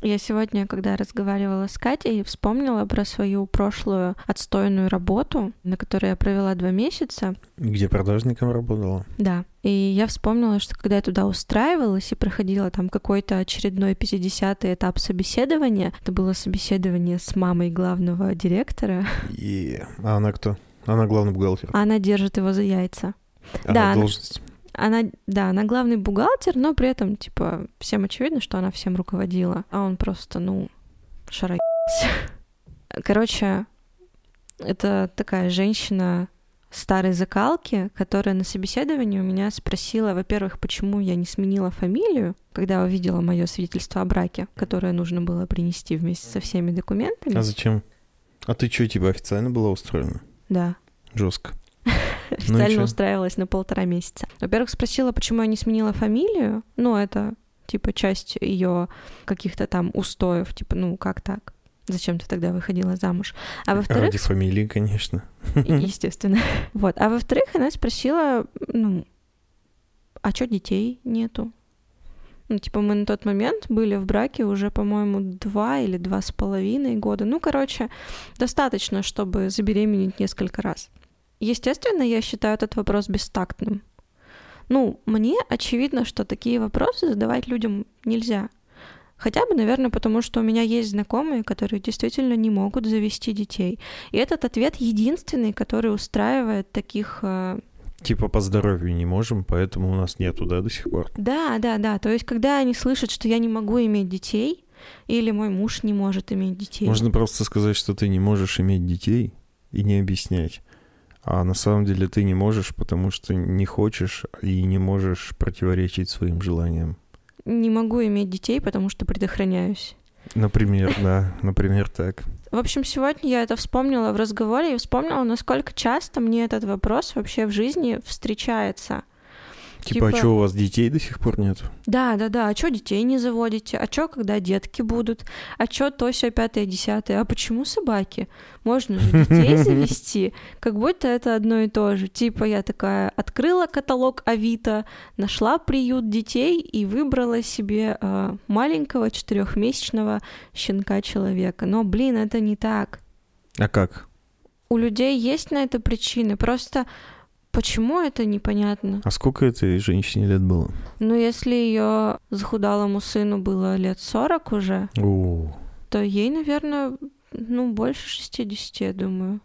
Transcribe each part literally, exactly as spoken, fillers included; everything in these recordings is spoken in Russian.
Я сегодня, когда разговаривала с Катей, вспомнила про свою прошлую отстойную работу, на которой я провела два месяца. Где продажником работала? Да. И я вспомнила, что когда я туда устраивалась и проходила там какой-то очередной пятидесятый этап собеседования, это было собеседование с мамой главного директора. И... А она кто? Она главный бухгалтер. Она держит его за яйца. А да, должность? Она, да, она главный бухгалтер, но при этом, типа, всем очевидно, что она всем руководила, а он просто, ну, шарай. Короче, это такая женщина старой закалки, которая на собеседовании у меня спросила, во-первых, почему я не сменила фамилию, когда увидела мое свидетельство о браке, которое нужно было принести вместе со всеми документами. А зачем? А ты что, типа, официально была устроена? Да. Жестко. Официально ну устраивалась на полтора месяца. Во-первых, спросила, почему я не сменила фамилию. Ну, это, типа, часть ее каких-то там устоев. Типа, ну, как так? Зачем ты тогда выходила замуж? А во-вторых... Ради фамилии, конечно. Естественно. Вот. А во-вторых, она спросила, ну, а чё детей нету? Ну, типа, мы на тот момент были в браке уже, по-моему, два или два с половиной года. Ну, короче, достаточно, чтобы забеременеть несколько раз. Естественно, я считаю этот вопрос бестактным. Ну, мне очевидно, что такие вопросы задавать людям нельзя. Хотя бы, наверное, потому что у меня есть знакомые, которые действительно не могут завести детей. И этот ответ единственный, который устраивает таких... Э... Типа по здоровью не можем, поэтому у нас нету, да, до сих пор? Да, да, да. То есть, когда они слышат, что я не могу иметь детей, или мой муж не может иметь детей... Можно просто сказать, что ты не можешь иметь детей, и не объяснять. А на самом деле ты не можешь, потому что не хочешь и не можешь противоречить своим желаниям. Не могу иметь детей, потому что предохраняюсь. Например, да, например, так. В общем, сегодня я это вспомнила в разговоре и вспомнила, насколько часто мне этот вопрос вообще в жизни встречается. Типа, типа, а что, у вас детей до сих пор нет? Да, да, да, а что детей не заводите? А что, когда детки будут? А что то, сё, пятое, десятое? А почему собаки? Можно же детей завести. Как будто это одно и то же. Типа я такая открыла каталог Авито, нашла приют детей и выбрала себе э, маленького четырехмесячного щенка-человека. Но, блин, это не так. А как? У людей есть на это причины. Просто... Почему это непонятно? А сколько этой женщине лет было? Ну, если ее захудалому сыну было лет сорок уже, О. то ей, наверное, ну, больше шестидесяти, я думаю.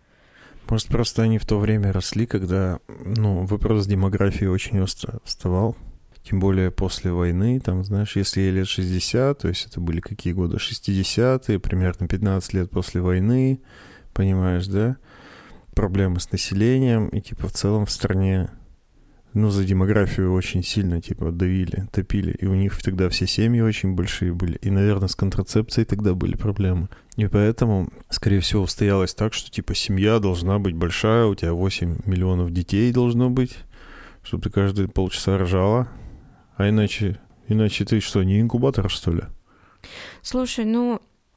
Может, просто они в то время росли, когда, ну, вопрос демографии очень остро вставал. Тем более после войны, там, знаешь, если ей лет шестьдесят, то есть это были какие годы? шестидесятые, примерно пятнадцать лет после войны, понимаешь, да? Проблемы с населением, и, типа, в целом в стране, ну, за демографию очень сильно, типа, давили, топили, и у них тогда все семьи очень большие были, и, наверное, с контрацепцией тогда были проблемы. И поэтому, скорее всего, устоялось так, что, типа, семья должна быть большая, у тебя восемь миллионов детей должно быть, чтобы ты каждые полчаса рожала, а иначе, иначе ты что, не инкубатор, что ли? Слушай, ну,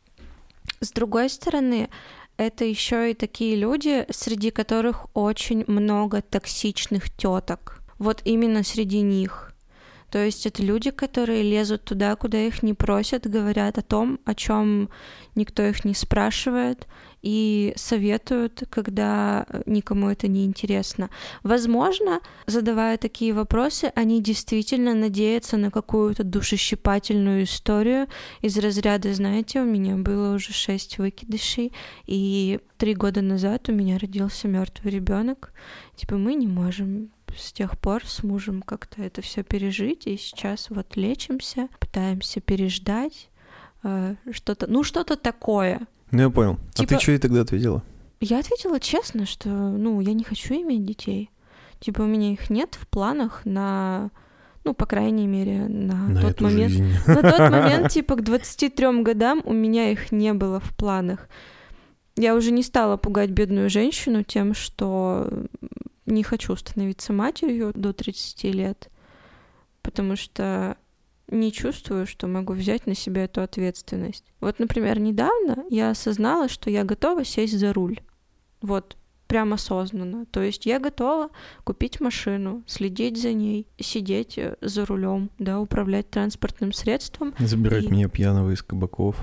с другой стороны... Это еще и такие люди, среди которых очень много токсичных теток. Вот именно среди них. То есть это люди, которые лезут туда, куда их не просят, говорят о том, о чем никто их не спрашивает, и советуют, когда никому это не интересно. Возможно, задавая такие вопросы, они действительно надеются на какую-то душещипательную историю из разряда, знаете, у меня было уже шесть выкидышей, и три года назад у меня родился мертвый ребенок. Типа мы не можем с тех пор с мужем как-то это все пережить, и сейчас вот лечимся, пытаемся переждать э, что-то, ну что-то такое. Ну я понял. Типа, а ты что ей тогда ответила? Я ответила честно, что, ну, я не хочу иметь детей. Типа у меня их нет в планах на, ну, по крайней мере, на, на тот момент. Жизнь. На тот момент, типа, к двадцати трём годам у меня их не было в планах. Я уже не стала пугать бедную женщину тем, что не хочу становиться матерью до тридцати лет, потому что не чувствую, что могу взять на себя эту ответственность. Вот, например, недавно я осознала, что я готова сесть за руль. Вот прям осознанно. То есть я готова купить машину, следить за ней, сидеть за рулем, да, управлять транспортным средством. Забирать и... меня пьяного из кабаков.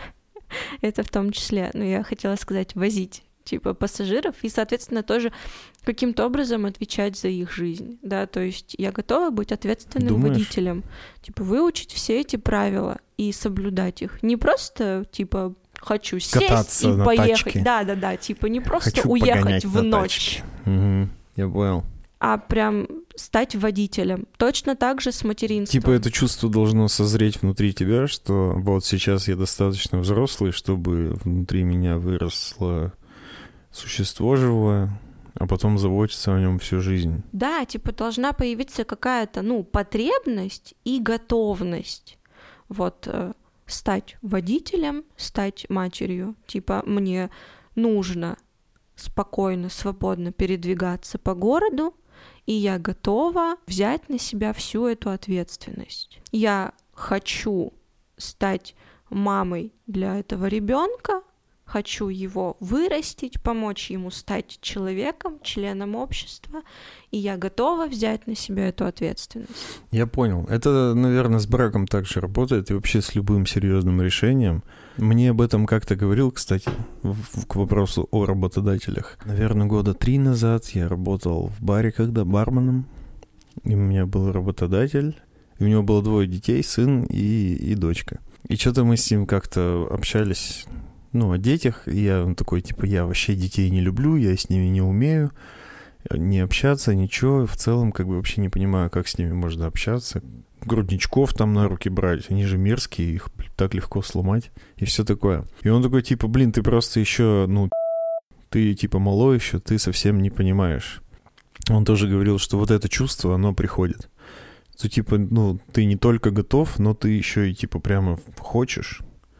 Это в том числе, ну, я хотела сказать, возить, типа, пассажиров, и, соответственно, тоже каким-то образом отвечать за их жизнь, да, то есть я готова быть ответственным Думаешь? водителем, типа, выучить все эти правила и соблюдать их. Не просто, типа, хочу сесть Кататься и на поехать. тачке. Да-да-да, типа не просто Хочу уехать погонять в на ночь, Угу, я понял. а прям стать водителем. Точно так же с материнством. Типа это чувство должно созреть внутри тебя, что вот сейчас я достаточно взрослый, чтобы внутри меня выросло существо живое, а потом заботиться о нем всю жизнь. Да, типа должна появиться какая-то, ну, потребность и готовность. Вот стать водителем, стать матерью. Типа мне нужно спокойно, свободно передвигаться по городу, и я готова взять на себя всю эту ответственность. Я хочу стать мамой для этого ребенка, хочу его вырастить, помочь ему стать человеком, членом общества, и я готова взять на себя эту ответственность. Я понял. Это, наверное, с браком также работает, и вообще с любым серьезным решением. Мне об этом как-то говорил, кстати, в, к вопросу о работодателях. Наверное, года три назад я работал в баре, когда барменом, и у меня был работодатель, и у него было двое детей, сын и, и дочка. И что-то мы с ним как-то общались... Ну, о детях, и я такой, типа, я вообще детей не люблю, я с ними не умею, не общаться, ничего, в целом, как бы, вообще не понимаю, как с ними можно общаться, грудничков там на руки брать, они же мерзкие, их так легко сломать, и все такое. И он такой, типа, блин, ты просто еще, ну, ты, типа, малой еще, ты совсем не понимаешь. Он тоже говорил, что вот это чувство, оно приходит. То, типа, ну, ты не только готов, но ты еще и, типа, прямо хочешь.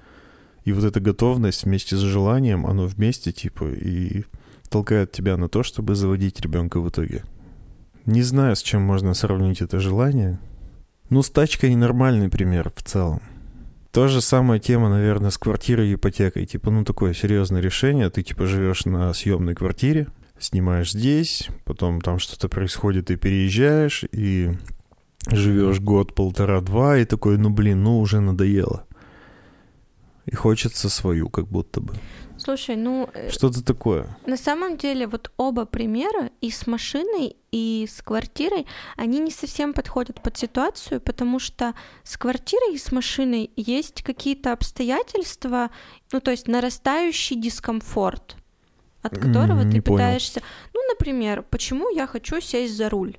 И вот эта готовность вместе с желанием, оно вместе, типа, и толкает тебя на то, чтобы заводить ребенка в итоге. Не знаю, с чем можно сравнить это желание. Ну, с тачкой нормальный пример в целом. То же самая тема, наверное, с квартирой и ипотекой. Типа, ну, такое серьезное решение. Ты, типа, живешь на съемной квартире, снимаешь здесь, потом там что-то происходит, ты переезжаешь, и живешь год, полтора, два, и такой, ну, блин, ну, уже надоело. И хочется свою, как будто бы. Слушай, ну... Что-то такое. На самом деле, вот оба примера, и с машиной, и с квартирой, они не совсем подходят под ситуацию, потому что с квартирой и с машиной есть какие-то обстоятельства, ну, то есть нарастающий дискомфорт, от которого Mm, ты не пытаешься... понял. Ну, например, почему я хочу сесть за руль?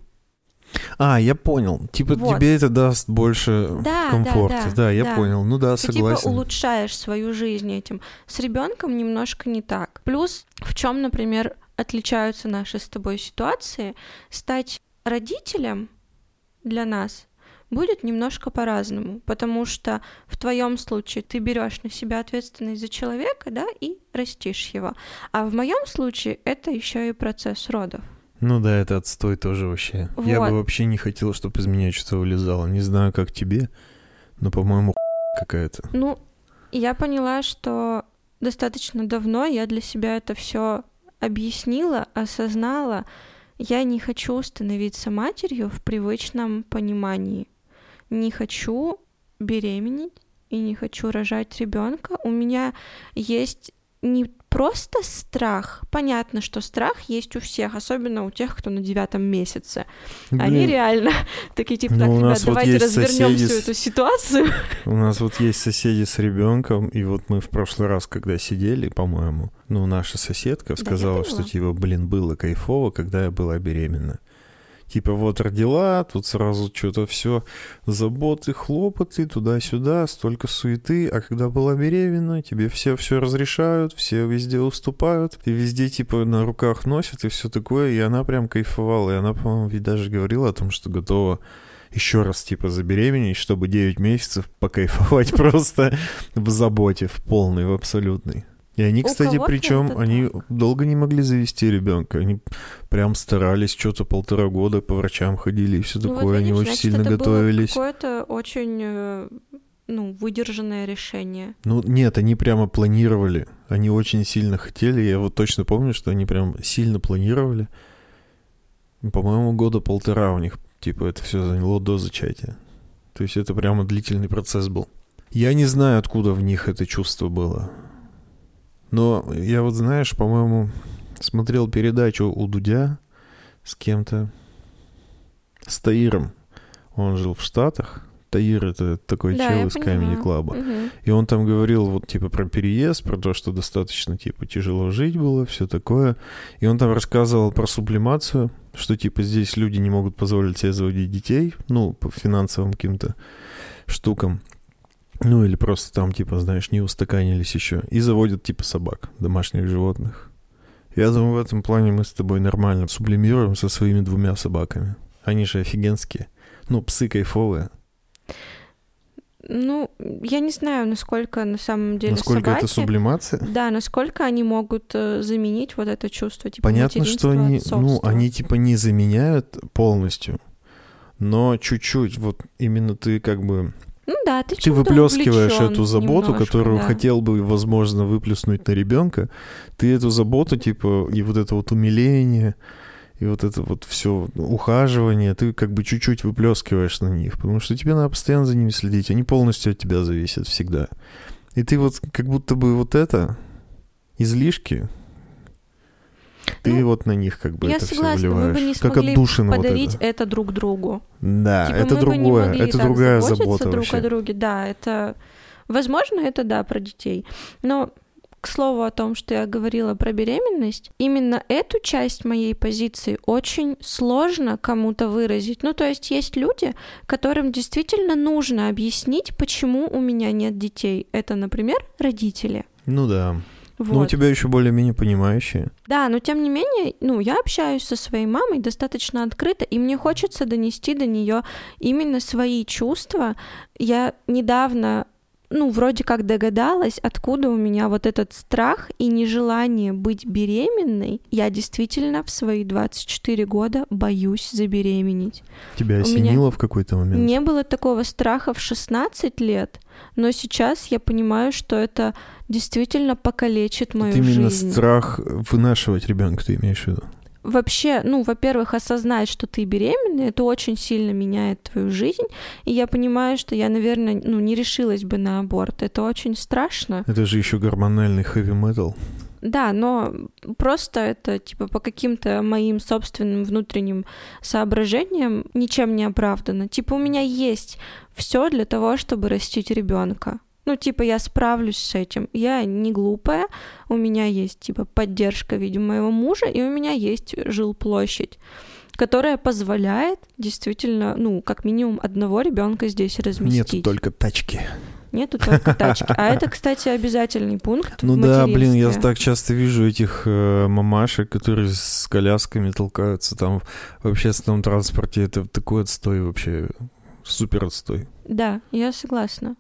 А, я понял. Типа Вот. тебе это даст больше Да, комфорта. да, да, да, я да. понял. Ну да, Ты согласен. типа улучшаешь свою жизнь этим. С ребенком немножко не так. Плюс, в чем, например, отличаются наши с тобой ситуации, стать родителем для нас будет немножко по-разному, потому что в твоем случае ты берешь на себя ответственность за человека, да, и растишь его. А в моем случае это еще и процесс родов. Ну да, это отстой тоже вообще. Вот. Я бы вообще не хотел, чтобы из меня что-то вылезало. Не знаю, как тебе, но, по-моему, какая-то. Ну, я поняла, что достаточно давно я для себя это все объяснила, осознала. Я не хочу становиться матерью в привычном понимании. Не хочу беременеть и не хочу рожать ребенка. У меня есть не просто страх. Понятно, что страх есть у всех, особенно у тех, кто на девятом месяце. Блин. Они реально такие, типа, Ну, так, у ребят, нас вот давайте есть развернем соседи всю с- эту ситуацию. У нас вот есть соседи с ребенком, и вот мы в прошлый раз, когда сидели, по-моему, ну, наша соседка я сказала, что, поняла. типа, блин, было кайфово, когда я была беременна. Типа, вот родила, тут сразу что-то все заботы, хлопоты, туда-сюда, столько суеты, а когда была беременна, тебе все все разрешают, все везде уступают, и везде, типа, на руках носят и все такое, и она прям кайфовала, и она, по-моему, ведь даже говорила о том, что готова еще раз, типа, забеременеть, чтобы девять месяцев покайфовать просто в заботе, в полной, в абсолютной. И они, У кстати, кого-то причем это они так. долго не могли завести ребенка. Они прям старались, что-то полтора года по врачам ходили и все Ну вот такое. Они видишь, очень значит, сильно это готовились. было какое-то очень э, ну, выдержанное решение. Ну, нет, они прямо планировали. Они очень сильно хотели. Я вот точно помню, что они прям сильно планировали. По-моему, года полтора у них, типа, это все заняло до зачатия. То есть это прямо длительный процесс был. Я не знаю, откуда в них это чувство было. Но я вот, знаешь, по-моему, смотрел передачу у Дудя с кем-то. С Таиром. Он жил в Штатах. Таир — это такой Да, чел из Comedy Club. Угу. И он там говорил вот типа про переезд, про то, что достаточно типа тяжело жить было, все такое. И он там рассказывал про сублимацию, что типа здесь люди не могут позволить себе заводить детей, ну, по финансовым каким-то штукам. Ну, или просто там, типа, знаешь, не устаканились еще. И заводят типа собак, домашних животных. Я думаю, в этом плане мы с тобой нормально сублимируем со своими двумя собаками. Они же офигенские. Ну, псы кайфовые. Ну, я не знаю, насколько на самом деле насколько собаки... это сублимация? Да, насколько они могут э, заменить вот это чувство, типа, понятно, что они, ну, они типа не заменяют полностью, но чуть-чуть, вот именно ты как бы... Ну да, ты, ты выплескиваешь увлечён эту заботу, немножко, которую да. хотел бы, возможно, выплеснуть на ребенка. Ты эту заботу, типа, и вот это вот умиление, и вот это вот все ухаживание, ты как бы чуть-чуть выплескиваешь на них, потому что тебе надо постоянно за ними следить, они полностью от тебя зависят всегда. И ты вот как будто бы вот это, излишки, ты ну, вот на них как бы это согласна, все выливаешь. Мы бы не как смогли отдушина подарить вот это. это друг другу. Да, типа, это мы другое, бы не могли это так другая заботиться забота друг вообще. о друге. Да, это... Возможно, это да, про детей. Но... К слову о том, что я говорила про беременность, именно эту часть моей позиции очень сложно кому-то выразить. Ну, то есть есть люди, которым действительно нужно объяснить, почему у меня нет детей. Это, например, родители. Ну да. Вот. Ну, у тебя еще более-менее понимающие. Да, но тем не менее, ну, я общаюсь со своей мамой достаточно открыто, и мне хочется донести до нее именно свои чувства. Я недавно... ну, вроде как догадалась, откуда у меня вот этот страх и нежелание быть беременной. Я действительно в свои двадцать четыре года боюсь забеременеть. Тебя осенило в какой-то момент? Не было такого страха в шестнадцать лет, но сейчас я понимаю, что это действительно покалечит мою это именно жизнь. Страх вынашивать ребенка, ты имеешь в виду? Вообще, ну, во-первых, осознать, что ты беременна, это очень сильно меняет твою жизнь, и я понимаю, что я, наверное, ну, не решилась бы на аборт. Это очень страшно. Это же еще гормональный хэви-метал. Да, но просто это, типа, по каким-то моим собственным внутренним соображениям ничем не оправдано. Типа, у меня есть все для того, чтобы растить ребенка. Ну, типа, я справлюсь с этим. Я не глупая, у меня есть, типа, поддержка в виде моего мужа, и у меня есть жилплощадь, которая позволяет действительно, ну, как минимум одного ребенка здесь разместить. Нету только тачки. Нету только тачки. А это, кстати, обязательный пункт ну в да, блин, я материнстве. так часто вижу этих э, мамашек, которые с колясками толкаются там в общественном транспорте. Это такой отстой вообще, супер отстой. Да, я согласна.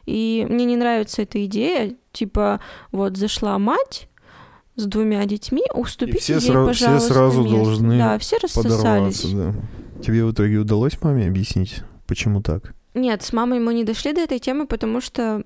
И мне не нравится эта идея, типа, вот зашла мать с двумя детьми, уступите ей, сра- пожалуйста, все сразу место. должны да, все рассосались. Да. Тебе в итоге удалось маме объяснить, почему так? Нет, с мамой мы не дошли до этой темы, потому что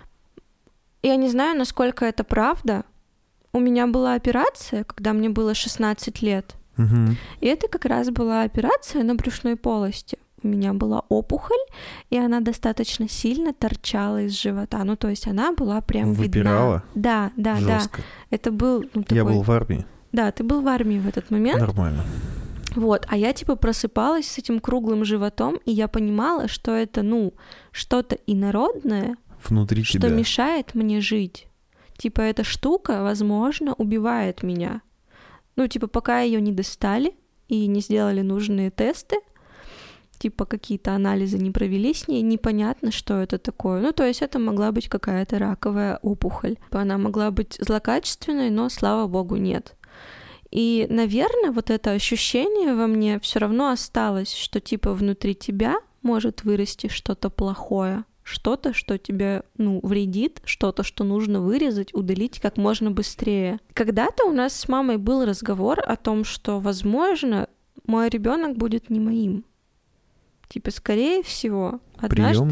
я не знаю, насколько это правда. У меня была операция, когда мне было шестнадцать лет, Угу. и это как раз была операция на брюшной полости. У меня была опухоль, и она достаточно сильно торчала из живота. Ну, то есть она была прям Выпирала? видна. Да, да, Жестко. да. Это был... Ну, такой... Я был в армии. Да, ты был в армии в этот момент. Нормально. Вот, а я типа просыпалась с этим круглым животом, и я понимала, что это, ну, что-то инородное, внутри что тебя. мешает мне жить. Типа эта штука, возможно, убивает меня. Ну, типа пока ее не достали и не сделали нужные тесты, типа какие-то анализы не провели с ней, непонятно, что это такое. Ну, то есть это могла быть какая-то раковая опухоль. Она могла быть злокачественной, но, слава богу, нет. И, наверное, вот это ощущение во мне все равно осталось, что типа внутри тебя может вырасти что-то плохое, что-то, что тебе, ну, вредит, что-то, что нужно вырезать, удалить как можно быстрее. Когда-то у нас с мамой был разговор о том, что, возможно, мой ребенок будет не моим. Типа, скорее всего, однажды... Приёмный?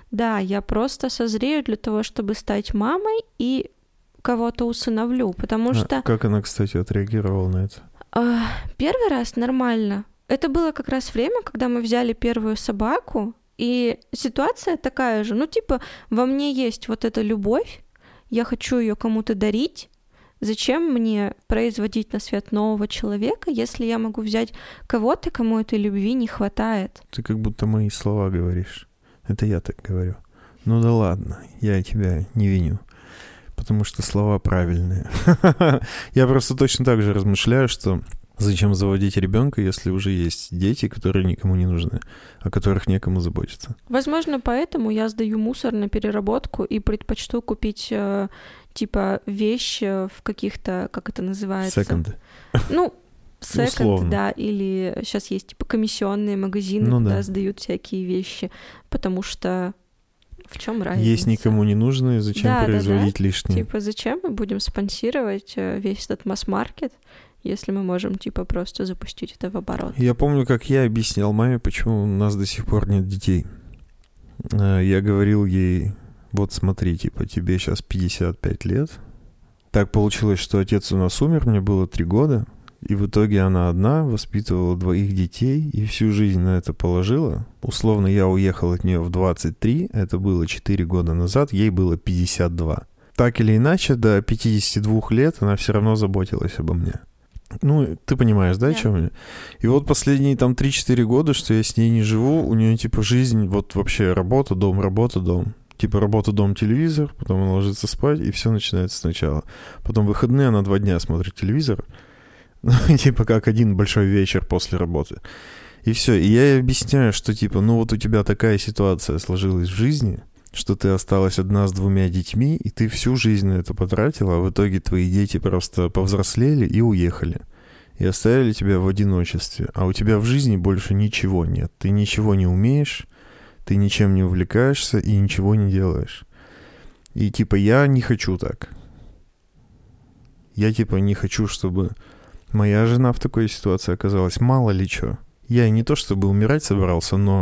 да, я просто созрею для того, чтобы стать мамой и кого-то усыновлю, потому а что... Как она, кстати, отреагировала на это? Э, первый раз нормально. Это было как раз время, когда мы взяли первую собаку, и ситуация такая же. Ну, типа, во мне есть вот эта любовь, я хочу ее кому-то дарить. Зачем мне производить на свет нового человека, если я могу взять кого-то, кому этой любви не хватает? Ты как будто мои слова говоришь. Это я так говорю. Ну да ладно, я тебя не виню. Потому что слова правильные. Я просто точно так же размышляю, что зачем заводить ребенка, если уже есть дети, которые никому не нужны, о которых некому заботиться. Возможно, поэтому я сдаю мусор на переработку и предпочту купить э, типа вещи в каких-то, как это называется? Секонды. Ну, секонд, да, или сейчас есть типа комиссионные магазины, ну, куда да. сдают всякие вещи, потому что в чем разница? Есть никому не нужные, зачем да, производить да, да. лишнее? Типа зачем мы будем спонсировать весь этот масс-маркет, если мы можем, типа, просто запустить это в оборот. Я помню, как я объяснял маме, почему у нас до сих пор нет детей. Я говорил ей, вот смотри, типа, тебе сейчас пятьдесят пять лет. Так получилось, что отец у нас умер, мне было три года, и в итоге она одна воспитывала двоих детей и всю жизнь на это положила. Условно, я уехал от нее в двадцать три, это было четыре года назад, ей было пятьдесят два. Так или иначе, до пятидесяти двух лет она все равно заботилась обо мне. Ну, ты понимаешь, да, да. о чем я? И вот последние там три-четыре года, что я с ней не живу, у нее типа жизнь, вот вообще работа, дом, работа, дом. Типа работа, дом, телевизор, потом она ложится спать, и все начинается сначала. Потом выходные, она два дня смотрит телевизор, типа как один большой вечер после работы. И все. И я ей объясняю, что типа, ну вот у тебя такая ситуация сложилась в жизни, что ты осталась одна с двумя детьми, и ты всю жизнь на это потратила, а в итоге твои дети просто повзрослели и уехали. И оставили тебя в одиночестве. А у тебя в жизни больше ничего нет. Ты ничего не умеешь, ты ничем не увлекаешься и ничего не делаешь. И типа я не хочу так. Я типа не хочу, чтобы моя жена в такой ситуации оказалась. Мало ли что. Я не то чтобы умирать собрался, но...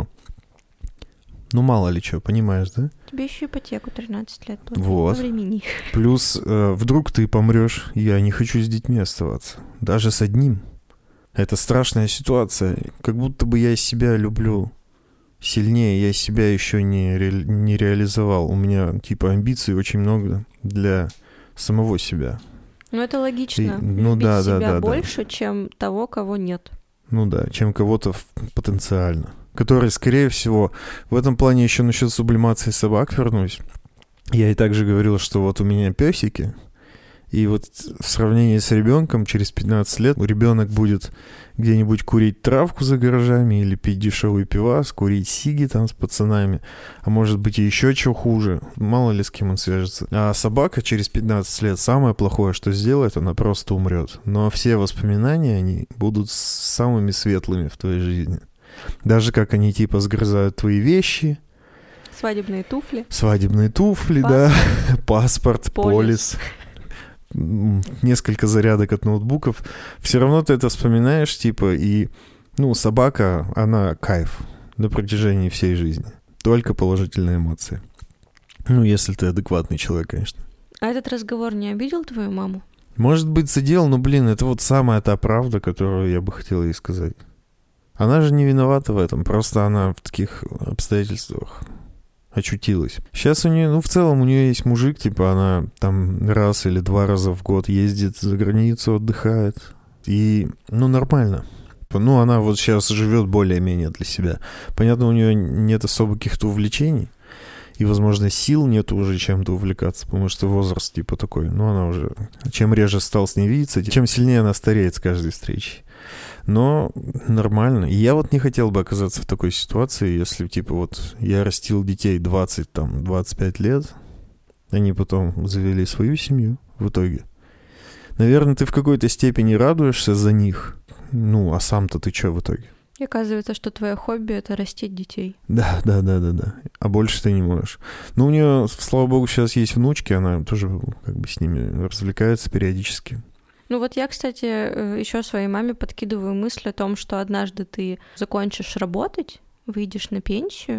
Ну, мало ли что, понимаешь, да? Тебе еще ипотеку тринадцать лет платить вот. по времени. Плюс э, вдруг ты помрешь, я не хочу с детьми оставаться. Даже с одним. Это страшная ситуация. Как будто бы я себя люблю сильнее, я себя еще не, ре, не реализовал. У меня типа амбиций очень много для самого себя. Ну, это логично. И, ну, Любить да, себя да, да, больше, да. чем того, кого нет. Ну да, чем кого-то потенциально. Который, скорее всего, в этом плане еще насчет сублимации собак вернусь. Я и также говорил, что вот у меня песики, и вот в сравнении с ребенком через пятнадцать лет ребенок будет где-нибудь курить травку за гаражами или пить дешевый пивас, курить сиги там с пацанами, а может быть и еще что хуже, мало ли с кем он свяжется. А собака через пятнадцать лет самое плохое, что сделает, она просто умрет. Но все воспоминания, они будут самыми светлыми в твоей жизни. Даже как они типа сгрызают твои вещи. Свадебные туфли. Свадебные туфли, Паспорт. да. Паспорт, полис. полис. Несколько зарядок от ноутбуков. Все равно ты это вспоминаешь, типа, и, ну, собака, она кайф на протяжении всей жизни. Только положительные эмоции. Ну, если ты адекватный человек, конечно. А этот разговор не обидел твою маму? Может быть, задел, но, блин, это вот самая та правда, которую я бы хотел ей сказать. Она же не виновата в этом, просто она в таких обстоятельствах очутилась. Сейчас у нее, ну, в целом у нее есть мужик, типа она там раз или два раза в год ездит за границу, отдыхает. И, ну, нормально. Ну, она вот сейчас живет более-менее для себя. Понятно, у нее нет особо каких-то увлечений. И, возможно, сил нет уже чем-то увлекаться, потому что возраст типа такой. Ну, она уже... Чем реже стал с ней видеться, чем сильнее она стареет с каждой встречей. Но нормально. И я вот не хотел бы оказаться в такой ситуации, если, типа, вот я растил детей двадцать, там, двадцать пять лет, они потом завели свою семью в итоге. Наверное, ты в какой-то степени радуешься за них. Ну, а сам-то ты что в итоге? И оказывается, что твое хобби — это растить детей. Да, да, да, да, да. А больше ты не можешь. Ну, у нее, слава богу, сейчас есть внучки, она тоже как бы с ними развлекается периодически. Ну вот я, кстати, еще своей маме подкидываю мысль о том, что однажды ты закончишь работать, выйдешь на пенсию,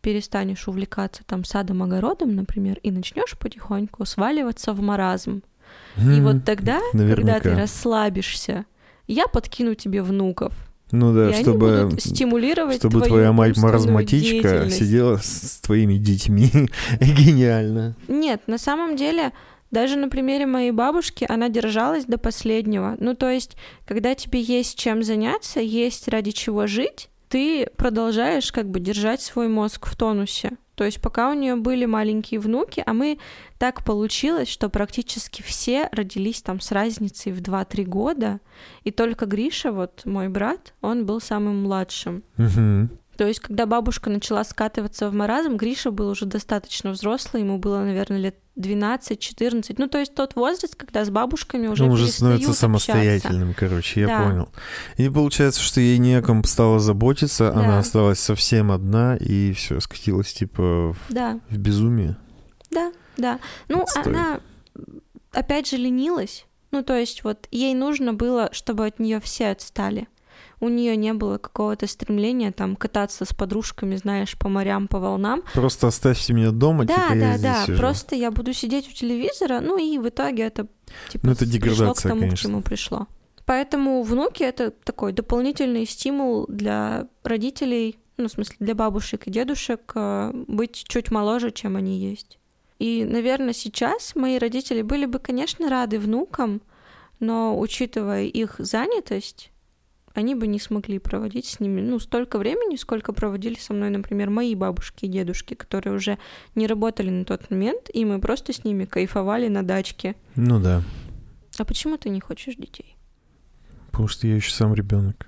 перестанешь увлекаться там садом-огородом, например, и начнешь потихоньку сваливаться в маразм. Mm, и вот тогда, наверняка. Когда ты расслабишься, я подкину тебе внуков. Ну да, и чтобы, они будут стимулировать чтобы твою твоя мать-маразматичка сидела с твоими детьми. Гениально. Нет, на самом деле, даже на примере моей бабушки она держалась до последнего. Ну, то есть, когда тебе есть чем заняться, есть ради чего жить, ты продолжаешь как бы держать свой мозг в тонусе. То есть пока у нее были маленькие внуки, а мы так получилось, что практически все родились там с разницей в два-три года, и только Гриша, вот мой брат, он был самым младшим. Угу. То есть когда бабушка начала скатываться в маразм, Гриша был уже достаточно взрослый, ему было, наверное, лет двенадцать-четырнадцать. Ну, то есть тот возраст, когда с бабушками уже Он уже перестают становится самостоятельным, общаться. короче, я да. понял. И получается, что ей не о ком стало заботиться, да. она осталась совсем одна, и все скатилась, типа, в, да. в безумие. Да, да. Ну, Отстой. Она, опять же, ленилась. Ну, то есть вот ей нужно было, чтобы от нее все отстали. У нее не было какого-то стремления там кататься с подружками, знаешь, по морям, по волнам. Просто оставьте меня дома, да, типа да, я здесь да. сижу. Просто я буду сидеть у телевизора, ну и в итоге это типа ну, это пришло к тому, конечно. к чему пришло. Поэтому внуки — это такой дополнительный стимул для родителей, ну, в смысле, для бабушек и дедушек быть чуть моложе, чем они есть. И, наверное, сейчас мои родители были бы, конечно, рады внукам, но, учитывая их занятость, они бы не смогли проводить с ними, ну, столько времени, сколько проводили со мной, например, мои бабушки и дедушки, которые уже не работали на тот момент, и мы просто с ними кайфовали на дачке. Ну да. А почему ты не хочешь детей? Потому что я еще сам ребенок.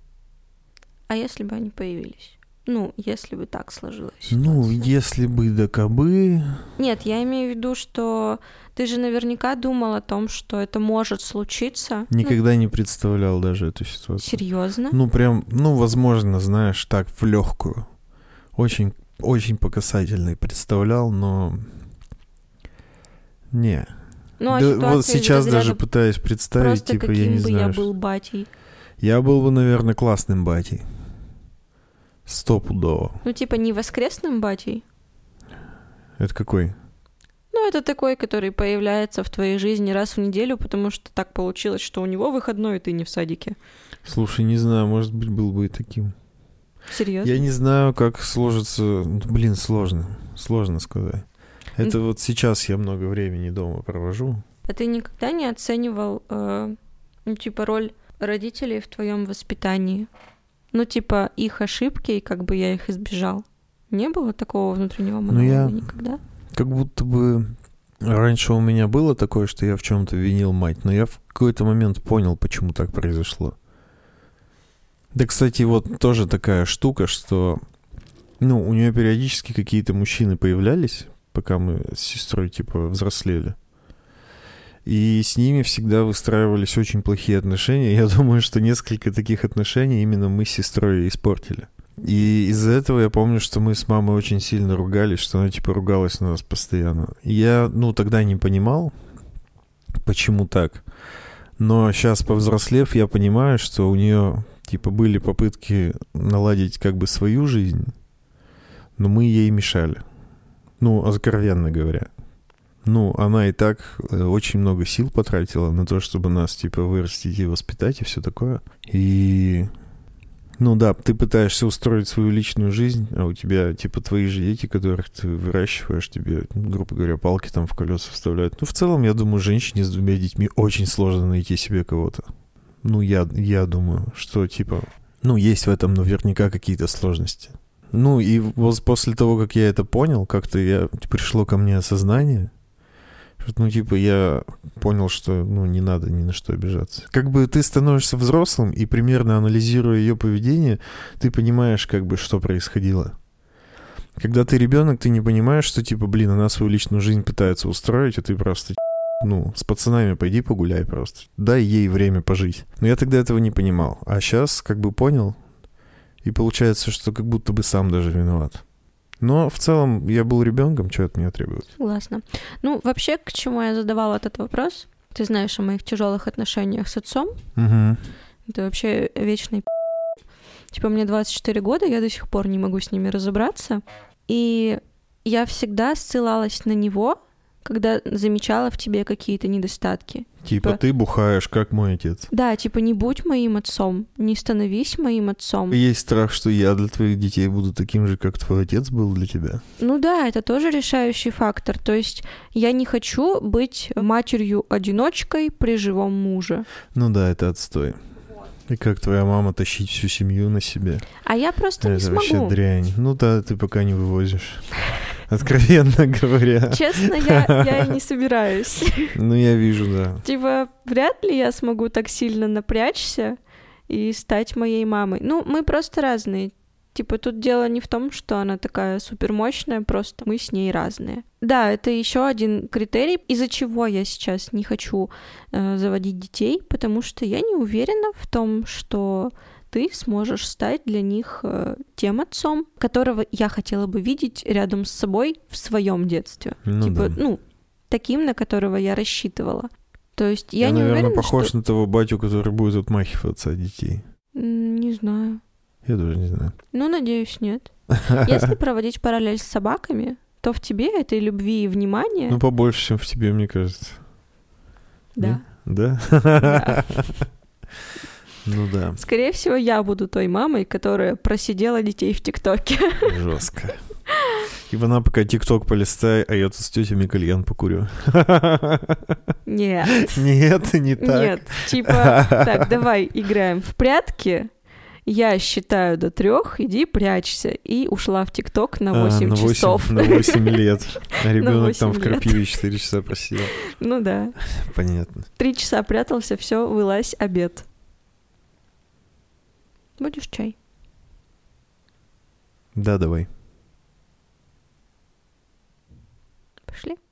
А если бы они появились? Ну, если бы так сложилось. Ну, если бы да кабы... Нет, я имею в виду, что ты же наверняка думал о том, что это может случиться. Никогда ну, не представлял даже эту ситуацию. Серьезно? Ну, прям, ну, возможно, знаешь, так, в легкую. Очень, очень по касательной представлял, но... Не. Ну, а да, вот сейчас даже пытаюсь представить, просто типа, я не бы знаю. я был батей. Я был бы, наверное, классным батей. Стопудово. Ну, типа, не воскресным батей? Это какой? Ну, это такой, который появляется в твоей жизни раз в неделю, потому что так получилось, что у него выходной, и ты не в садике. Слушай, не знаю, может быть, был бы и таким. Серьезно? Я не знаю, как сложится... Блин, сложно. Сложно сказать. Это mm. вот сейчас я много времени дома провожу. А ты никогда не оценивал, э, ну, типа, роль родителей в твоем воспитании? Ну, типа, их ошибки, и как бы я их избежал. Не было такого внутреннего монолога ну, я... никогда? Как будто бы раньше у меня было такое, что я в чем-то винил мать, но я в какой-то момент понял, почему так произошло. Да, кстати, вот тоже такая штука, что, ну, у нее периодически какие-то мужчины появлялись, пока мы с сестрой, типа, взрослели. И с ними всегда выстраивались очень плохие отношения. Я думаю, что несколько таких отношений именно мы с сестрой испортили. И из-за этого я помню, что мы с мамой очень сильно ругались, что она, типа, ругалась на нас постоянно. И я, ну, тогда не понимал, почему так. Но сейчас, повзрослев, я понимаю, что у нее, типа, были попытки наладить как бы свою жизнь, но мы ей мешали. Ну, откровенно говоря. Ну, она и так очень много сил потратила на то, чтобы нас, типа, вырастить и воспитать, и все такое. И... Ну да, ты пытаешься устроить свою личную жизнь, а у тебя, типа, твои же дети, которых ты выращиваешь, тебе, грубо говоря, палки там в колеса вставляют. Ну, в целом, я думаю, женщине с двумя детьми очень сложно найти себе кого-то. Ну, я, я думаю, что, типа, ну, есть в этом наверняка какие-то сложности. Ну, и вот после того, как я это понял, как-то я, пришло ко мне осознание, что, ну, типа, я понял, что, ну, не надо ни на что обижаться. Как бы ты становишься взрослым, и примерно анализируя ее поведение, ты понимаешь, как бы, что происходило. Когда ты ребенок, ты не понимаешь, что, типа, блин, она свою личную жизнь пытается устроить, а ты просто, ну, с пацанами пойди погуляй просто. Дай ей время пожить. Но я тогда этого не понимал. А сейчас, как бы, понял, и получается, что как будто бы сам даже виноват. Но в целом я был ребенком, что от меня требуют. Согласна. Ну, вообще, к чему я задавала этот вопрос? Ты знаешь о моих тяжелых отношениях с отцом. Угу. Это вообще вечный пи***. Типа, мне двадцать четыре года, я до сих пор не могу с ними разобраться. И я всегда ссылалась на него, когда замечала в тебе какие-то недостатки. Типа, ты бухаешь, как мой отец. Да, типа, не будь моим отцом, не становись моим отцом. Есть страх, что я для твоих детей буду таким же, как твой отец был для тебя. Ну да, это тоже решающий фактор. То есть я не хочу быть матерью-одиночкой при живом муже. Ну да, это отстой. И как твоя мама тащить всю семью на себе. А я просто это не смогу. Это вообще дрянь. Ну да, ты пока не вывозишь. Откровенно говоря. Честно, я, я и не собираюсь. Ну, я вижу, да. Типа, вряд ли я смогу так сильно напрячься и стать моей мамой. Ну, мы просто разные. Типа, тут дело не в том, что она такая супермощная, просто мы с ней разные. Да, это еще один критерий, из-за чего я сейчас не хочу э, заводить детей, потому что я не уверена в том, что ты сможешь стать для них э, тем отцом, которого я хотела бы видеть рядом с собой в своем детстве. Ну, типа, да. ну, таким, на которого я рассчитывала. То есть я, я не наверное, уверена, похож что... на того батю, который будет отмахиваться от детей. Не знаю. Я тоже не знаю. Ну, надеюсь, нет. Если проводить параллель с собаками, то в тебе этой любви и внимания... Ну, побольше, чем в тебе, мне кажется. Да. Да? Да. Ну да. Скорее всего, я буду той мамой, которая просидела детей в ТикТоке. Жестко. И она пока ТикТок полистай, а я тут с тетями кальян покурю. Нет. Нет, не так. Нет, типа, так, давай играем в прятки. Я считаю до трех, иди прячься. И ушла в ТикТок на восемь а, часов. На восемь лет. А ребенок там в лет. крапиве четыре часа просидел. Ну да. Понятно. Три часа прятался, все, вылазь, обед. Будешь чай? Да, давай. Пошли.